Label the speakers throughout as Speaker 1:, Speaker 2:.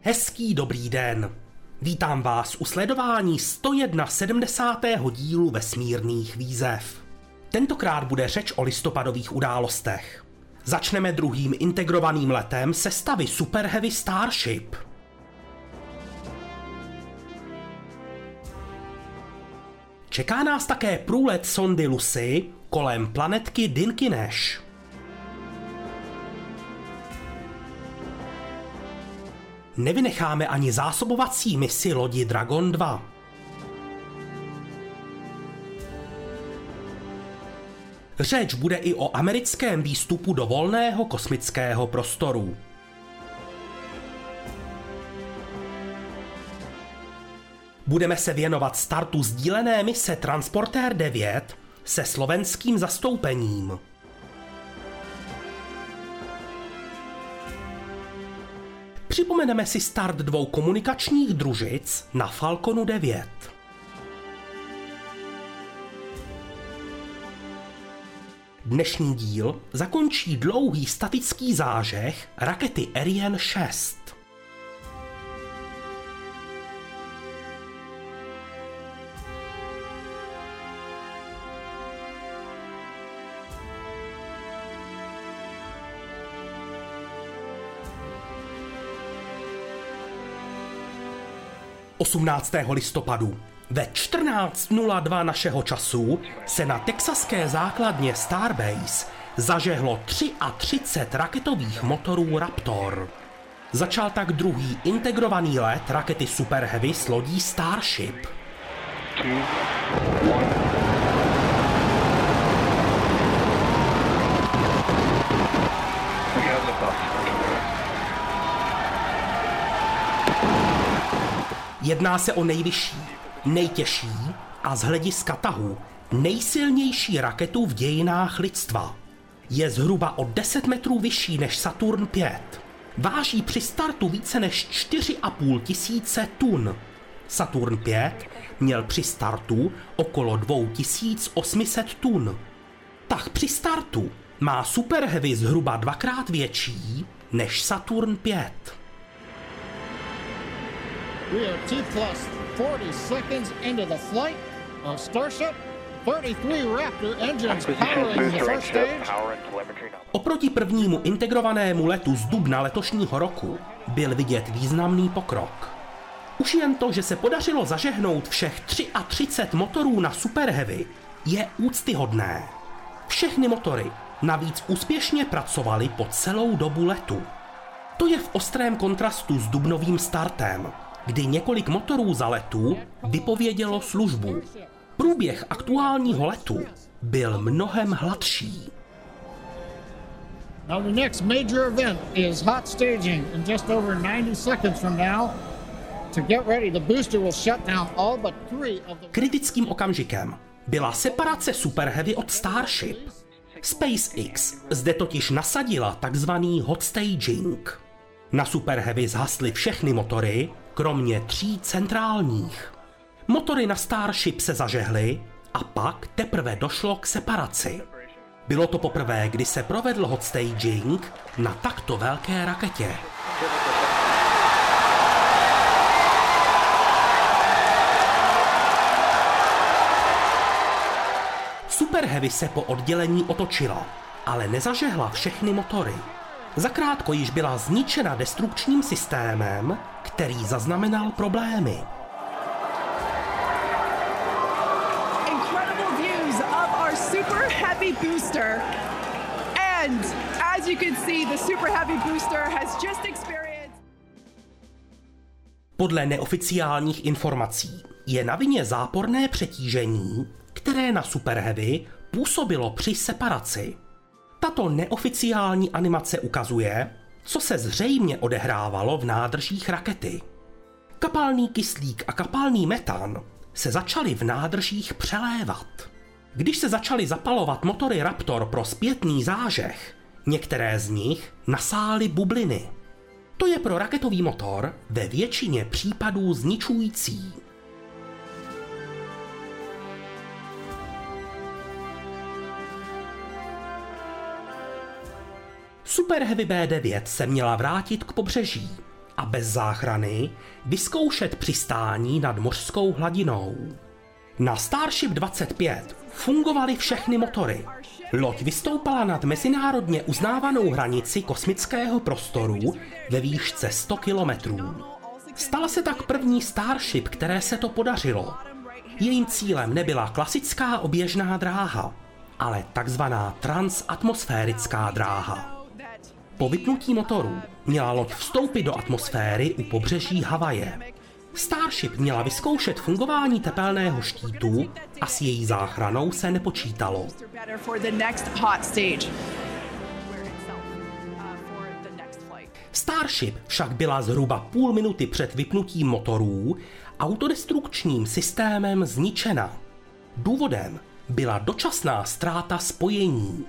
Speaker 1: Hezký dobrý den. Vítám vás u sledování 171. dílu vesmírných výzev. Tentokrát bude řeč o listopadových událostech. Začneme druhým integrovaným letem sestavy Super Heavy Starship. Čeká nás také průlet sondy Lucy kolem planetky Dinkinesh. Nevynecháme ani zásobovací misi lodi Dragon 2. Řeč bude i o americkém výstupu do volného kosmického prostoru. Budeme se věnovat startu sdílené mise Transportér 9 se slovenským zastoupením. Připomeneme si start 2 komunikačních družic na Falconu 9. Dnešní díl zakončí dlouhý statický zážeh rakety Ariane 6. Listopadu ve 14:02 našeho času se na texaské základně Starbase zažehlo 33 raketových motorů Raptor. Začal tak druhý integrovaný let rakety Super Heavy s lodí Starship.
Speaker 2: 2, 1.
Speaker 1: Jedná se o nejvyšší, nejtěžší a z hlediska tahu nejsilnější raketu v dějinách lidstva. Je zhruba o 10 metrů vyšší než Saturn 5. Váží při startu více než 4,5 tisíce tun. Saturn 5 měl při startu okolo 2800 tun. Tah při startu má Super Heavy zhruba dvakrát větší než Saturn 5.
Speaker 3: We are T+40 seconds into the flight of Starship. 33 Raptor engines powering the first stage.
Speaker 1: Oproti prvnímu integrovanému letu z dubna letošního roku byl vidět významný pokrok. Už jen to, že se podařilo zažehnout všech 33 motorů na Super Heavy, je úctyhodné. Všechny motory navíc úspěšně pracovaly po celou dobu letu. To je v ostrém kontrastu s dubnovým startem, kdy několik motorů za letu vypovědělo službu. Průběh aktuálního letu byl mnohem hladší.
Speaker 3: Now the next major event is hot staging in just over 90 seconds from now. To get ready, the booster will shut down all but 3 of the...
Speaker 1: Kritickým okamžikem byla separace Super Heavy od Starship. SpaceX zde totiž nasadila takzvaný hot staging. Na Super Heavy zhasly všechny motory, kromě 3 centrálních. Motory na Starship se zažehly a pak teprve došlo k separaci. Bylo to poprvé, kdy se provedl hot staging na takto velké raketě. Super Heavy se po oddělení otočila, ale nezažehla všechny motory. Zakrátko již byla zničena destrukčním systémem, který zaznamenal problémy.
Speaker 4: Incredible views of our Super Heavy booster. And as you can see, the Super Heavy booster has just experienced...
Speaker 1: Podle neoficiálních informací je na vině záporné přetížení, které na Super Heavy působilo při separaci. Tato neoficiální animace ukazuje, co se zřejmě odehrávalo v nádržích rakety. Kapalný kyslík a kapalný metan se začaly v nádržích přelévat. Když se začaly zapalovat motory Raptor pro zpětný zážeh, některé z nich nasály bubliny. To je pro raketový motor ve většině případů zničující. Super Heavy B9 se měla vrátit k pobřeží, a bez záchrany vyzkoušet přistání nad mořskou hladinou. Na Starship 25 fungovaly všechny motory. Loď vystoupala nad mezinárodně uznávanou hranici kosmického prostoru ve výšce 100 kilometrů. Stala se tak první Starship, které se to podařilo. Jejím cílem nebyla klasická oběžná dráha, ale takzvaná transatmosférická dráha. Po vypnutí motorů měla loď vstoupit do atmosféry u pobřeží Havaje. Starship měla vyzkoušet fungování tepelného štítu a s její záchranou se nepočítalo. Starship však byla zhruba půl minuty před vypnutím motorů autodestrukčním systémem zničena. Důvodem byla dočasná ztráta spojení.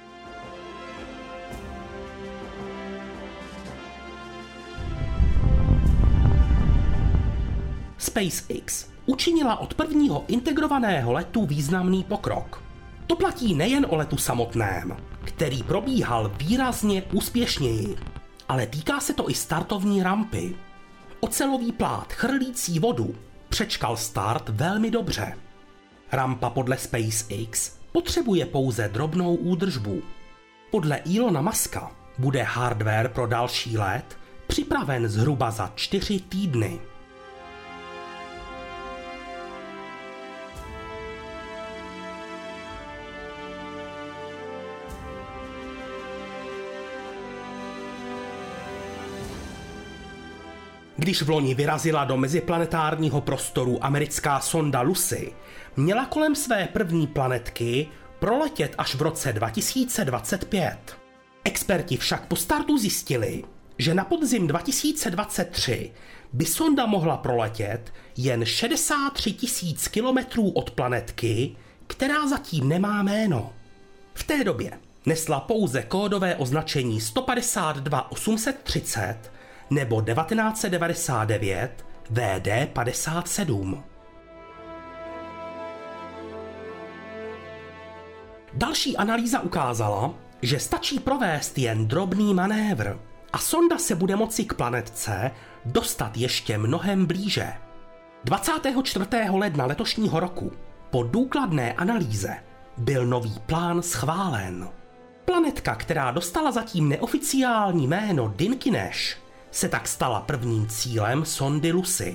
Speaker 1: SpaceX učinila od prvního integrovaného letu významný pokrok. To platí nejen o letu samotném, který probíhal výrazně úspěšněji, ale týká se to i startovní rampy. Ocelový plát chrlící vodu přečkal start velmi dobře. Rampa podle SpaceX potřebuje pouze drobnou údržbu. Podle Elona Muska bude hardware pro další let připraven zhruba za 4 týdny. Když v loni vyrazila do meziplanetárního prostoru americká sonda Lucy, měla kolem své první planetky proletět až v roce 2025. Experti však po startu zjistili, že na podzim 2023 by sonda mohla proletět jen 63 000 kilometrů od planetky, která zatím nemá jméno. V té době nesla pouze kódové označení 152 830 nebo 1999 VD57. Další analýza ukázala, že stačí provést jen drobný manévr a sonda se bude moci k planetce dostat ještě mnohem blíže. 24. ledna letošního roku po důkladné analýze byl nový plán schválen. Planetka, která dostala zatím neoficiální jméno Dinkinesh, se tak stala prvním cílem sondy Lucy.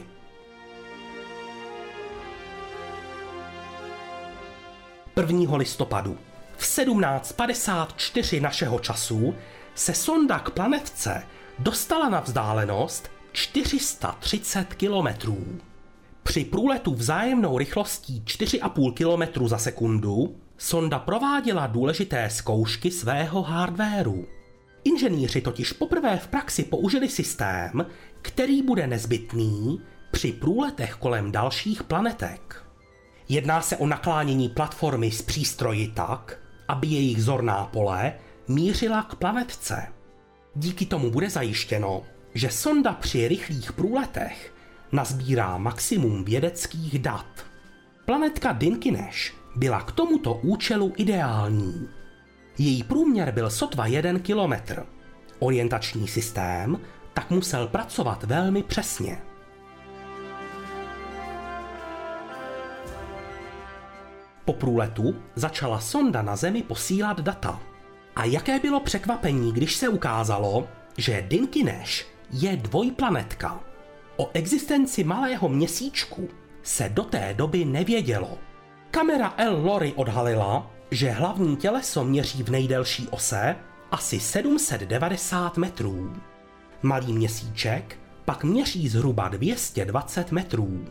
Speaker 1: Prvního listopadu v 17:54 našeho času se sonda k planetce dostala na vzdálenost 430 kilometrů. Při průletu vzájemnou rychlostí 4,5 km za sekundu sonda prováděla důležité zkoušky svého hardwaru. Inženýři totiž poprvé v praxi použili systém, který bude nezbytný při průletech kolem dalších planetek. Jedná se o naklánění platformy s přístroji tak, aby jejich zorná pole mířila k planetce. Díky tomu bude zajištěno, že sonda při rychlých průletech nasbírá maximum vědeckých dat. Planetka Dinkinesh byla k tomuto účelu ideální. Její průměr byl sotva 1 kilometr. Orientační systém tak musel pracovat velmi přesně. Po průletu začala sonda na Zemi posílat data. A jaké bylo překvapení, když se ukázalo, že Dinkinesh je dvojplanetka. O existenci malého měsíčku se do té doby nevědělo. Kamera L-LORRI odhalila, že hlavní těleso měří v nejdelší ose asi 790 metrů. Malý měsíček pak měří zhruba 220 metrů.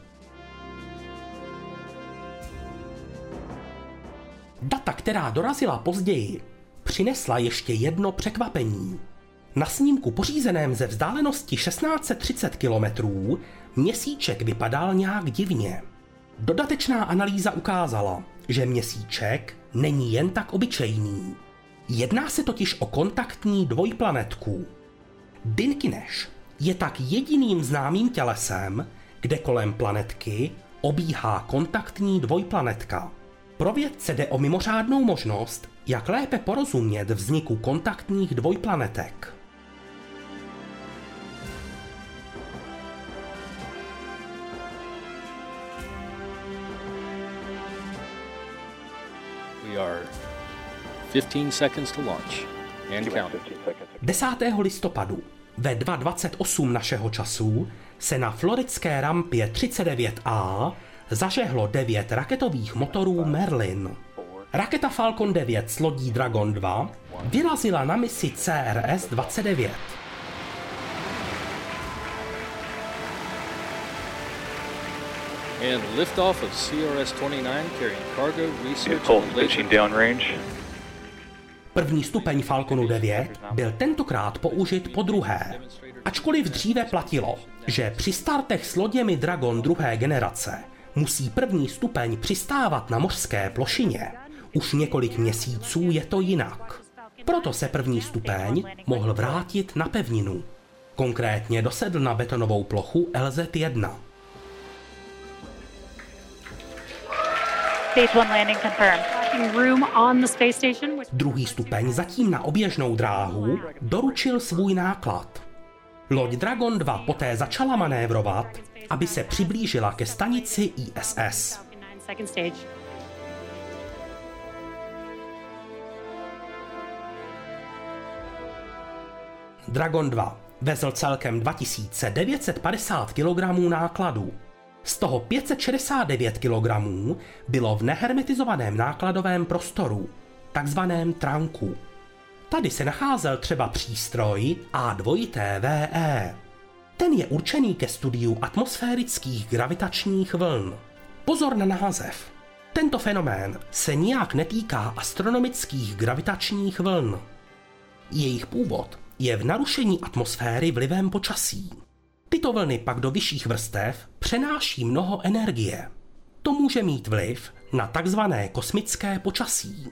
Speaker 1: Data, která dorazila později, přinesla ještě jedno překvapení. Na snímku pořízeném ze vzdálenosti 1630 km měsíček vypadal nějak divně. Dodatečná analýza ukázala, že měsíček není jen tak obyčejný. Jedná se totiž o kontaktní dvojplanetku. Dinkinesh je tak jediným známým tělesem, kde kolem planetky obíhá kontaktní dvojplanetka. Pro vědce jde o mimořádnou možnost, jak lépe porozumět vzniku kontaktních dvojplanetek.
Speaker 5: We are 15 seconds to launch and counting.
Speaker 1: 10. listopadu ve 2:28 našeho času se na floridské rampě 39A zažehlo 9 raketových motorů Merlin. Raketa Falcon 9 s lodí Dragon 2 vyrazila na misi CRS-29.
Speaker 5: And liftoff of CRS-29 carrying cargo, research
Speaker 2: Vehicle
Speaker 5: and
Speaker 2: pitching
Speaker 5: laser.
Speaker 2: downrange.
Speaker 1: První stupeň Falconu 9 byl tentokrát použit podruhé, ačkoliv dříve platilo, že při startech s loděmi Dragon druhé generace musí první stupeň přistávat na mořské plošině. Už několik měsíců je to jinak. Proto se první stupeň mohl vrátit na pevninu. Konkrétně dosedl na betonovou plochu LZ-1.
Speaker 6: Stage 1 landing confirmed. Room on the space station.
Speaker 1: Druhý stupeň zatím na oběžnou dráhu doručil svůj náklad. Loď Dragon 2 poté začala manévrovat, aby se přiblížila ke stanici ISS.
Speaker 6: Second stage.
Speaker 1: Dragon 2 vezl celkem 2950 kg nákladu. Z toho 569 kg bylo v nehermetizovaném nákladovém prostoru, takzvaném trunku. Tady se nacházel třeba přístroj A2VE. Ten je určený ke studiu atmosférických gravitačních vln. Pozor na název. Tento fenomén se nijak netýká astronomických gravitačních vln. Jejich původ je v narušení atmosféry vlivem počasí. Tyto vlny pak do vyšších vrstev přenáší mnoho energie. To může mít vliv na takzvané kosmické počasí.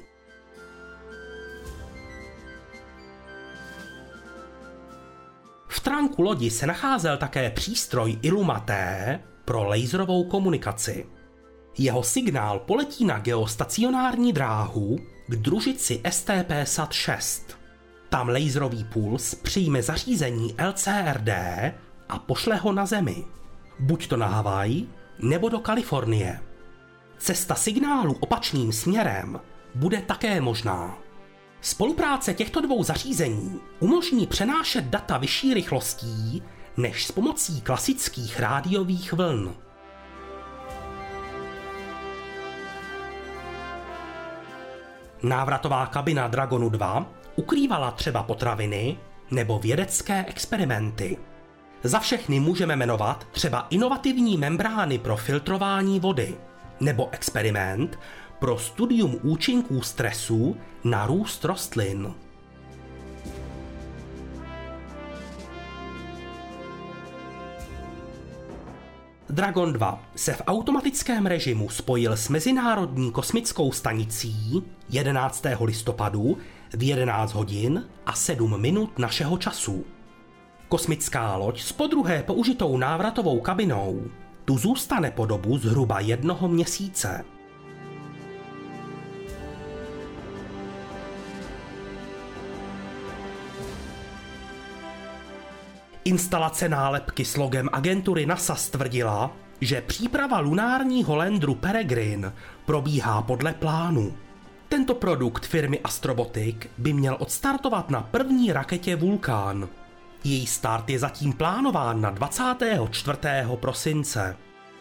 Speaker 1: V trunku lodi se nacházel také přístroj Illuma-T pro laserovou komunikaci. Jeho signál poletí na geostacionární dráhu k družici STP-SAT-6. Tam laserový puls přijme zařízení LCRD a pošle ho na Zemi. Buď to na Havaj, nebo do Kalifornie. Cesta signálu opačným směrem bude také možná. Spolupráce těchto dvou zařízení umožní přenášet data vyšší rychlostí než s pomocí klasických rádiových vln. Návratová kabina Dragonu 2 ukrývala třeba potraviny nebo vědecké experimenty. Za všechny můžeme jmenovat třeba inovativní membrány pro filtrování vody nebo experiment pro studium účinků stresu na růst rostlin. Dragon 2 se v automatickém režimu spojil s Mezinárodní kosmickou stanicí 11. listopadu v 11 hodin a 7 minut našeho času. Kosmická loď s podruhé použitou návratovou kabinou tu zůstane po dobu zhruba 1 měsíce. Instalace nálepky s logem agentury NASA stvrdila, že příprava lunárního landru Peregrine probíhá podle plánu. Tento produkt firmy Astrobotic by měl odstartovat na první raketě Vulcan. Její start je zatím plánován na 24. prosince.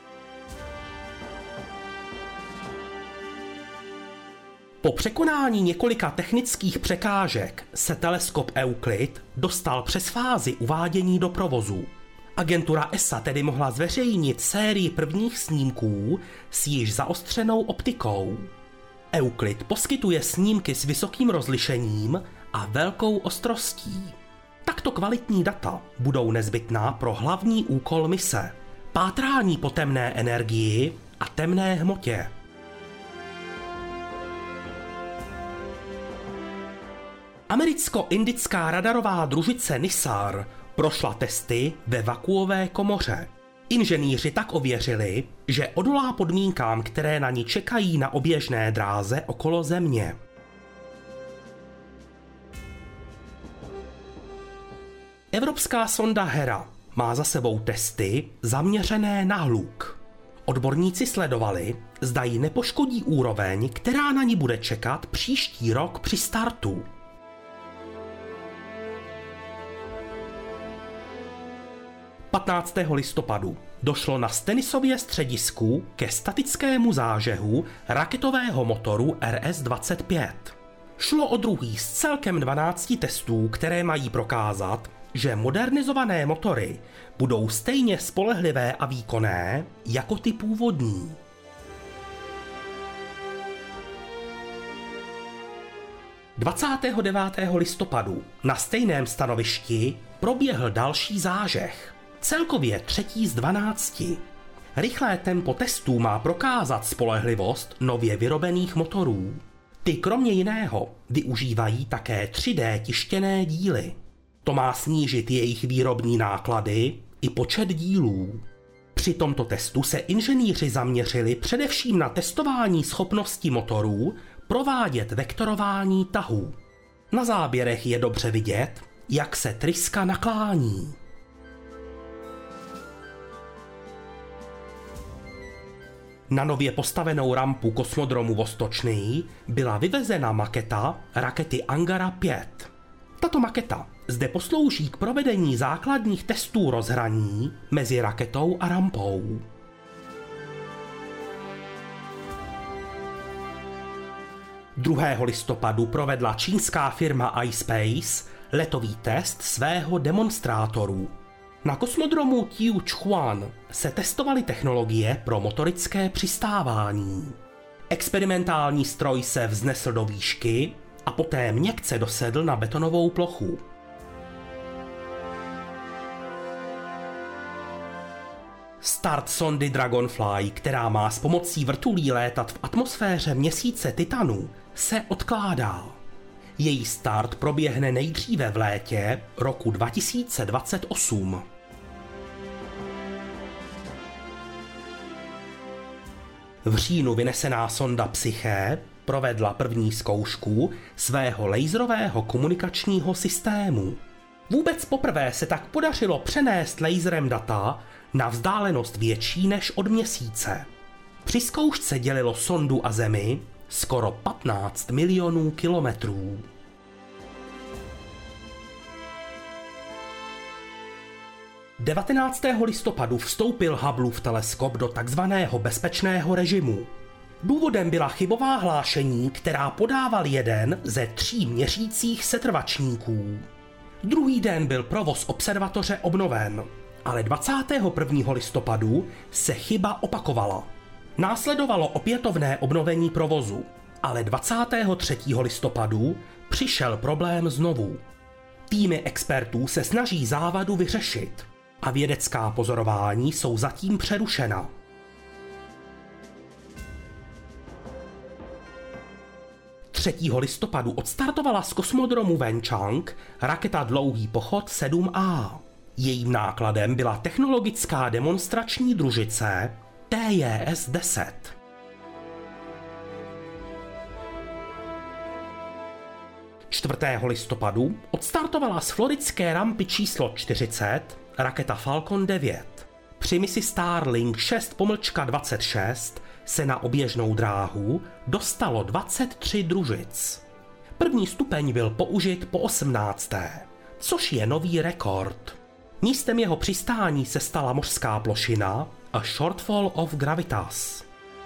Speaker 1: Po překonání několika technických překážek se teleskop Euclid dostal přes fázi uvádění do provozu. Agentura ESA tedy mohla zveřejnit sérii prvních snímků s již zaostřenou optikou. Euclid poskytuje snímky s vysokým rozlišením a velkou ostrostí. Takto kvalitní data budou nezbytná pro hlavní úkol mise – pátrání po temné energii a temné hmotě. Americko-indická radarová družice NISAR prošla testy ve vakuové komoře. Inženýři tak ověřili, že odolá podmínkám, které na ní čekají na oběžné dráze okolo Země. Evropská sonda Hera má za sebou testy zaměřené na hluk. Odborníci sledovali, zda ji nepoškodí úroveň, která na ní bude čekat příští rok při startu. – 15. listopadu došlo na Stennisově středisku ke statickému zážehu raketového motoru RS-25. Šlo o druhý z celkem 12 testů, které mají prokázat, že modernizované motory budou stejně spolehlivé a výkonné jako ty původní. – 29. listopadu na stejném stanovišti proběhl další zážeh, celkově 3. z 12. Rychlé tempo testů má prokázat spolehlivost nově vyrobených motorů. Ty kromě jiného využívají také 3D tištěné díly. To má snížit jejich výrobní náklady i počet dílů. Při tomto testu se inženýři zaměřili především na testování schopnosti motorů provádět vektorování tahu. Na záběrech je dobře vidět, jak se tryska naklání. Na nově postavenou rampu kosmodromu Vostočný byla vyvezena maketa rakety Angara 5. Tato maketa zde poslouží k provedení základních testů rozhraní mezi raketou a rampou. – 2. listopadu provedla čínská firma iSpace letový test svého demonstrátoru. Na kosmodromu Tianquan se testovaly technologie pro motorické přistávání. Experimentální stroj se vznesl do výšky a poté měkce dosedl na betonovou plochu. Start sondy Dragonfly, která má s pomocí vrtulí létat v atmosféře měsíce Titanu, se odkládá. Její start proběhne nejdříve v létě roku 2028. V říjnu vynesená sonda Psyche provedla první zkoušku svého laserového komunikačního systému. Vůbec poprvé se tak podařilo přenést laserem data na vzdálenost větší než od Měsíce. Při zkoušce dělilo sondu a Zemi skoro 15 milionů kilometrů. – 19. listopadu vstoupil Hubbleův teleskop do takzvaného bezpečného režimu. Důvodem byla chybová hlášení, která podával jeden ze 3 měřících setrvačníků. Druhý den byl provoz observatoře obnoven, ale 21. listopadu se chyba opakovala. Následovalo opětovné obnovení provozu, ale 23. listopadu přišel problém znovu. Týmy expertů se snaží závadu vyřešit a vědecká pozorování jsou zatím přerušena. – 3. listopadu odstartovala z kosmodromu Wenchang raketa Dlouhý pochod 7A. Jejím nákladem byla technologická demonstrační družice TJS-10. – 4. listopadu odstartovala z floridské rampy číslo 40 raketa Falcon 9. Při misi Starlink 6-26 se na oběžnou dráhu dostalo 23 družic. První stupeň byl použit po 18., což je nový rekord. Místem jeho přistání se stala mořská plošina a shortfall of gravitas.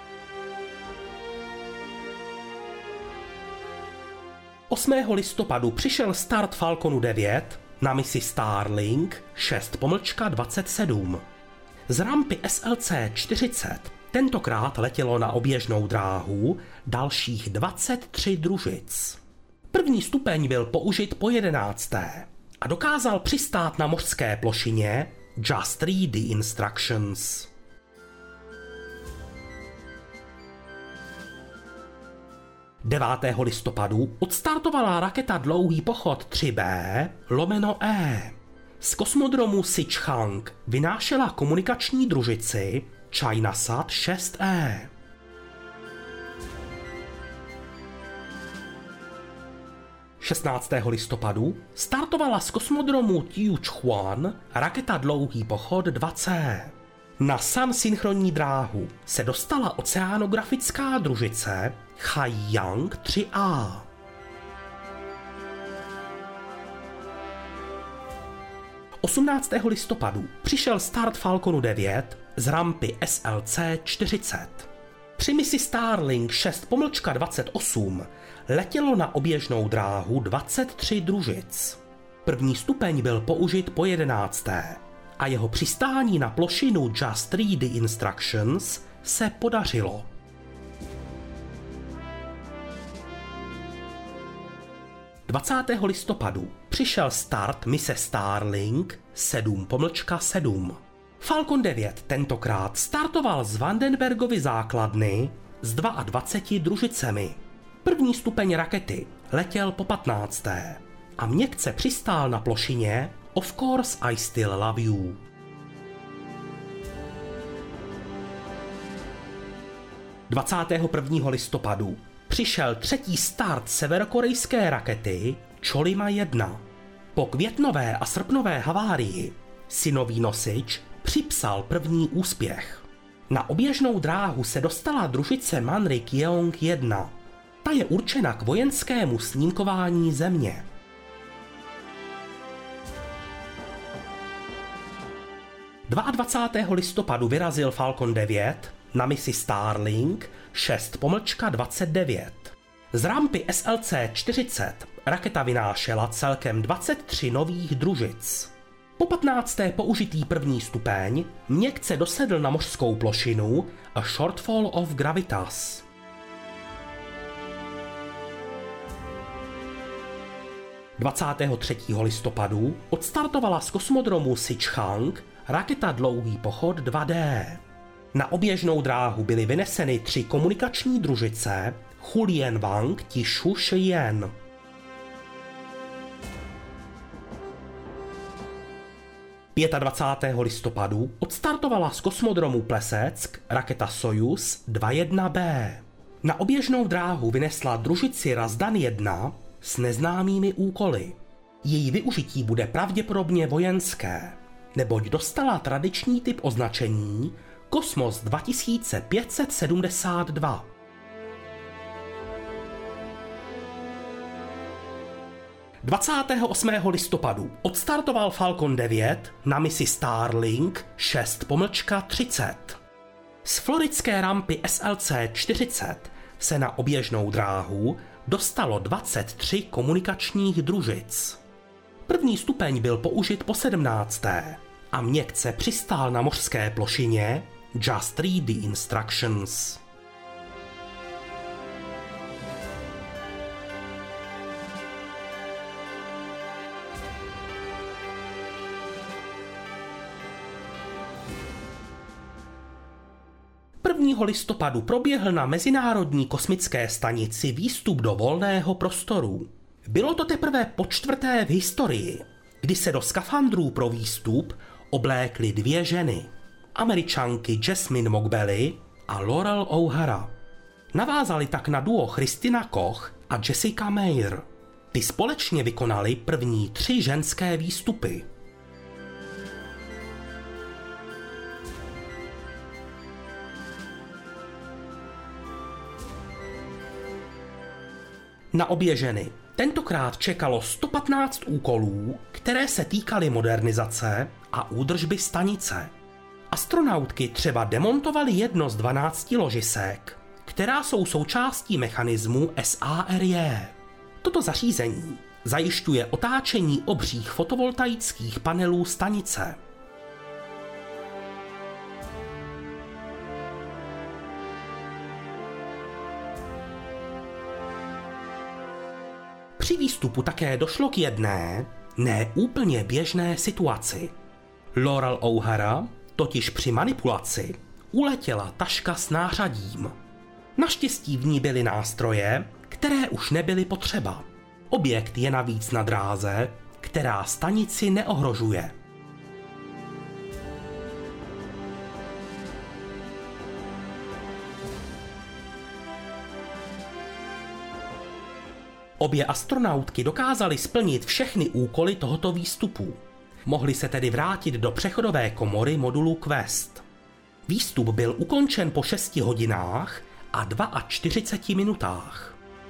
Speaker 1: – 8. listopadu přišel start Falconu 9 na misi Starlink 6-27. Z rampy SLC-40 tentokrát letělo na oběžnou dráhu dalších 23 družic. První stupeň byl použit po 11. a dokázal přistát na mořské plošině Just Read the Instructions. – 9. listopadu odstartovala raketa Dlouhý pochod 3B/E. Z kosmodromu Sichang vynášela komunikační družici ChinaSat 6E. – 16. listopadu startovala z kosmodromu Tianquan raketa Dlouhý pochod 2C. Na samsynchronní dráhu se dostala oceanografická družice Haiyang 3A. – 18. listopadu přišel start Falconu 9 z rampy SLC 40. Při misi Starlink 6-28 letělo na oběžnou dráhu 23 družic. První stupeň byl použit po 11. a jeho přistání na plošinu Just Read the Instructions se podařilo. – 20. listopadu přišel start mise Starlink 7-7. Falcon 9 tentokrát startoval z Vandenbergovy základny s 22 družicemi. První stupeň rakety letěl po 15. a měkce přistál na plošině Of Course I Still Love You. – 21. listopadu přišel třetí start severokorejské rakety Cholima 1. Po květnové a srpnové havárii si nový nosič připsal první úspěch. Na oběžnou dráhu se dostala družice Manrik Yeong 1. Ta je určena k vojenskému snímkování Země. – 22. listopadu vyrazil Falcon 9 na misi Starlink 6-29. Z rampy SLC 40 raketa vynášela celkem 23 nových družic. Po 15. použitý první stupeň měkce dosedl na mořskou plošinu A Shortfall of Gravitas. – 23. listopadu odstartovala z kosmodromu Sichang raketa Dlouhý pochod 2D. Na oběžnou dráhu byly vyneseny 3 komunikační družice Hulien Wang Tishu Shiyan. – 25. listopadu odstartovala z kosmodromu Plesetsk raketa Sojuz 2.1b. Na oběžnou dráhu vynesla družici Razdan 1 s neznámými úkoly. Její využití bude pravděpodobně vojenské, neboť dostala tradiční typ označení Kosmos 2572. – 28. listopadu odstartoval Falcon 9 na misi Starlink 6-30. Z floridské rampy SLC 40 se na oběžnou dráhu dostalo 23 komunikačních družic. První stupeň byl použit po 17. a měkce přistál na mořské plošině Just Read the Instructions. – 1. listopadu proběhl na Mezinárodní kosmické stanici výstup do volného prostoru. Bylo to teprve počtvrté v historii, kdy se do skafandrů pro výstup oblékly 2 ženy, Američanky Jasmine Mogbelli a Laurel O'Hara. Navázali tak na duo Christina Koch a Jessica Meir. Ty společně vykonali první 3 ženské výstupy. Na obě ženy tentokrát čekalo 115 úkolů, které se týkaly modernizace a údržby stanice. Astronautky třeba demontovaly jedno z 12 ložisek, která jsou součástí mechanismu SARJ. Toto zařízení zajišťuje otáčení obřích fotovoltaických panelů stanice. Při výstupu také došlo k jedné, ne úplně běžné situaci. Laurel O'Hara totiž při manipulaci uletěla taška s nářadím. Naštěstí v ní byly nástroje, které už nebyly potřeba. Objekt je navíc na dráze, která stanici neohrožuje. Obě astronautky dokázaly splnit všechny úkoly tohoto výstupu. Mohly se tedy vrátit do přechodové komory modulu Quest. Výstup byl ukončen po 6 hodinách a 42 minutách.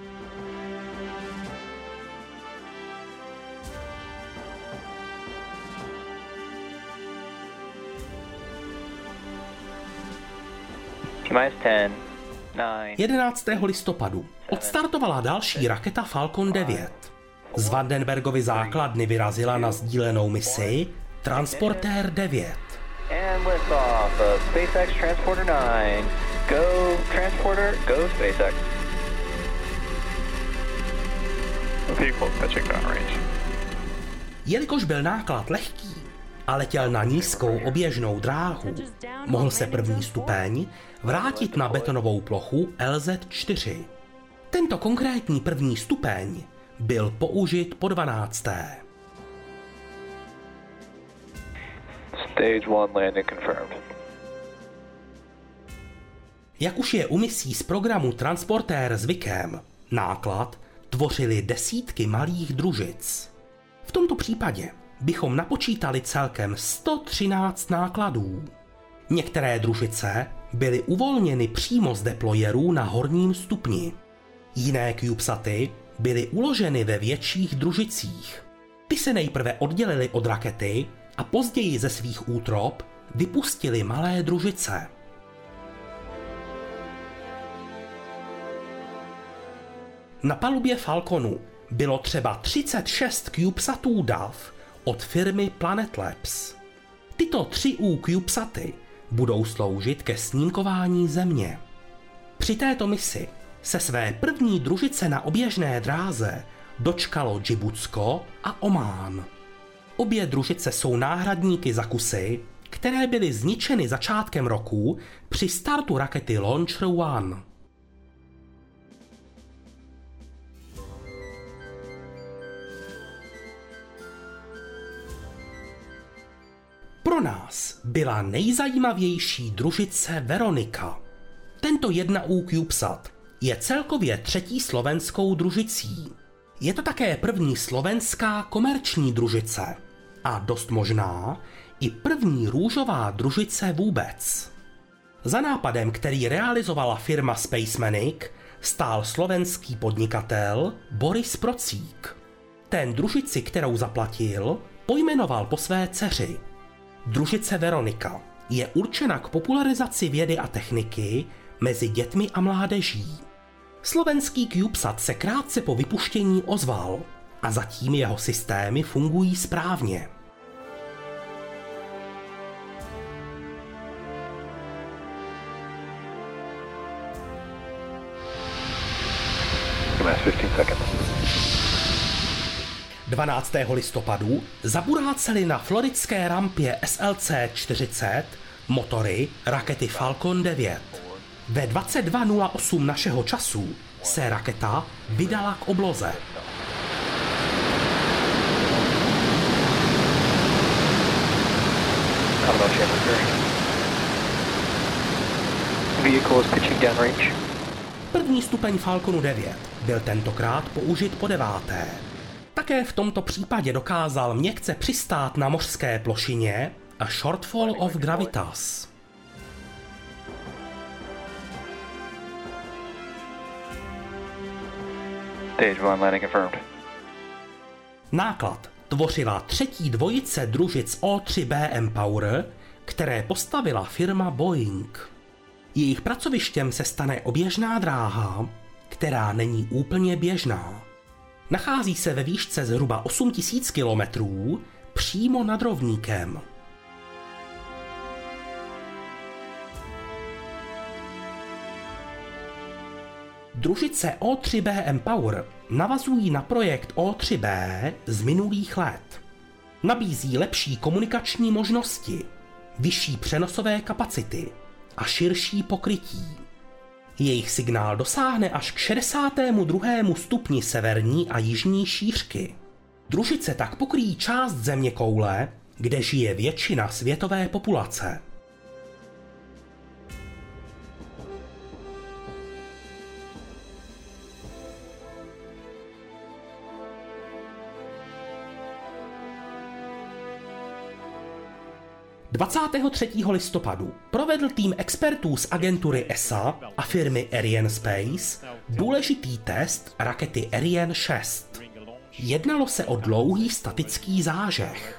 Speaker 2: T-minus 10, 9,
Speaker 1: 11. listopadu odstartovala další raketa Falcon 9. Z Vandenbergovy základny vyrazila na sdílenou misi Transportér 9.
Speaker 2: and liftoff of SpaceX Transporter 9. Go Transporter, go SpaceX. Vehicle touching downrange.
Speaker 1: Jelikož byl náklad lehký a letěl na nízkou oběžnou dráhu, mohl se první stupeň vrátit na betonovou plochu LZ-4. Tento konkrétní první stupeň byl použit po 12.
Speaker 2: Stage 1 landing confirmed.
Speaker 1: Jak už je u misí z programu Transportér zvykem, náklad tvořily desítky malých družic. V tomto případě bychom napočítali celkem 113 nákladů. Některé družice byly uvolněny přímo z deployerů na horním stupni. Jiné CubeSaty byly uloženy ve větších družicích. Ty se nejprve oddělily od rakety a později ze svých útrop vypustili malé družice. Na palubě Falconu bylo třeba 36 CubeSatů DAF od firmy Planet Labs. Tyto 3U CubeSaty budou sloužit ke snímkování Země. Při této misi se své první družice na oběžné dráze dočkalo Džibutsko a Omán. Obě družice jsou náhradníky za kusy, které byly zničeny začátkem roku při startu rakety Launcher One. Pro nás byla nejzajímavější družice Veronika. Tento 1U CubeSat je celkově 3. slovenskou družicí. Je to také první slovenská komerční družice a dost možná i první růžová družice vůbec. Za nápadem, který realizovala firma Spacemanic, stál slovenský podnikatel Boris Procík. Ten družici, kterou zaplatil, pojmenoval po své dceři. Družice Veronika je určena k popularizaci vědy a techniky mezi dětmi a mládeží. Slovenský CubeSat se krátce po vypuštění ozval a zatím jeho systémy fungují správně.
Speaker 2: Last 15 seconds.
Speaker 1: 12. listopadu zaburáceli na floridské rampě SLC-40 motory rakety Falcon 9. Ve 22:08 našeho času se raketa vydala k obloze.
Speaker 2: Vehicle is pitching downrange.
Speaker 1: První stupeň Falconu 9 byl tentokrát použit po 9. Také v tomto případě dokázal měkce přistát na mořské plošině a shortfall of gravitas.
Speaker 2: Stage 1 landing confirmed.
Speaker 1: Náklad tvořila třetí dvojice družic O3B Mpower, které postavila firma Boeing. Jejich pracovištěm se stane oběžná dráha, která není úplně běžná. Nachází se ve výšce zhruba 8000 kilometrů přímo nad rovníkem. Družice O3B Mpower navazují na projekt O3B z minulých let. Nabízí lepší komunikační možnosti, vyšší přenosové kapacity a širší pokrytí. Jejich signál dosáhne až k 62. stupni severní a jižní šířky. Družice tak pokryjí část zeměkoule, kde žije většina světové populace. 23. listopadu provedl tým expertů z agentury ESA a firmy Arianespace důležitý test rakety Ariane 6. Jednalo se o dlouhý statický zážeh.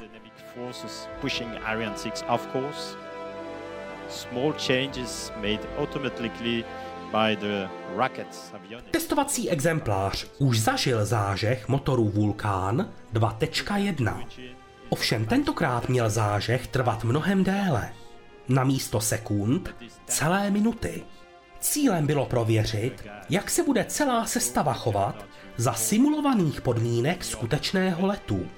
Speaker 1: Testovací exemplář už zažil zážeh motoru Vulcan 2.1. Ovšem tentokrát měl zážeh trvat mnohem déle. Namísto sekund celé minuty. Cílem bylo prověřit, jak se bude celá sestava chovat za simulovaných podmínek skutečného letu.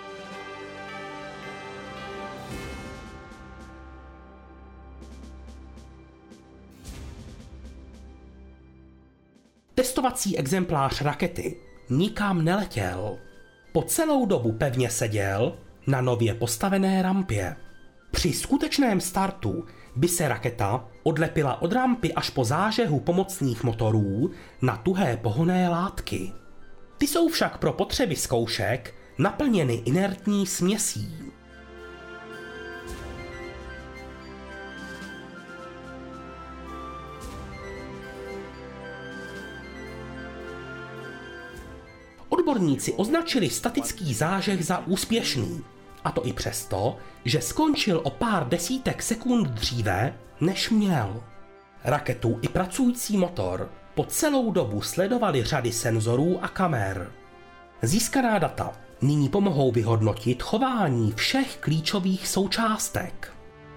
Speaker 1: Testovací exemplář rakety nikam neletěl. Po celou dobu pevně seděl na nově postavené rampě. Při skutečném startu by se raketa odlepila od rampy až po zážehu pomocných motorů na tuhé pohonné látky. Ty jsou však pro potřeby zkoušek naplněny inertní směsí. Odborníci označili statický zážeh za úspěšný, a to i přesto, že skončil o pár desítek sekund dříve, než měl. Raketu i pracující motor po celou dobu sledovali řady senzorů a kamer. Získaná data nyní pomohou vyhodnotit chování všech klíčových součástek.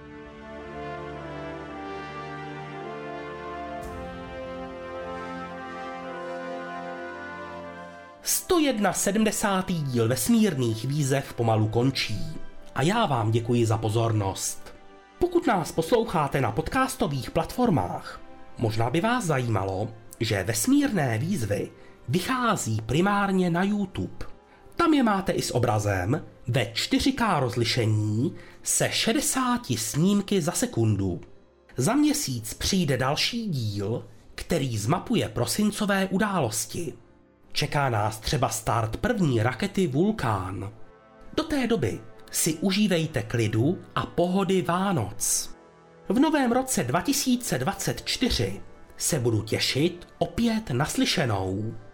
Speaker 1: (171. díl vesmírných výzev pomalu končí a já vám děkuji za pozornost. Pokud nás posloucháte na podcastových platformách, možná by vás zajímalo, že vesmírné výzvy vychází primárně na YouTube. Tam je máte i s obrazem ve 4K rozlišení se 60 snímky za sekundu. Za měsíc přijde další díl, který zmapuje prosincové události. Čeká nás třeba start první rakety Vulcan. Do té doby si užívejte klidu a pohody Vánoc. V novém roce 2024 se budu těšit opět naslyšenou.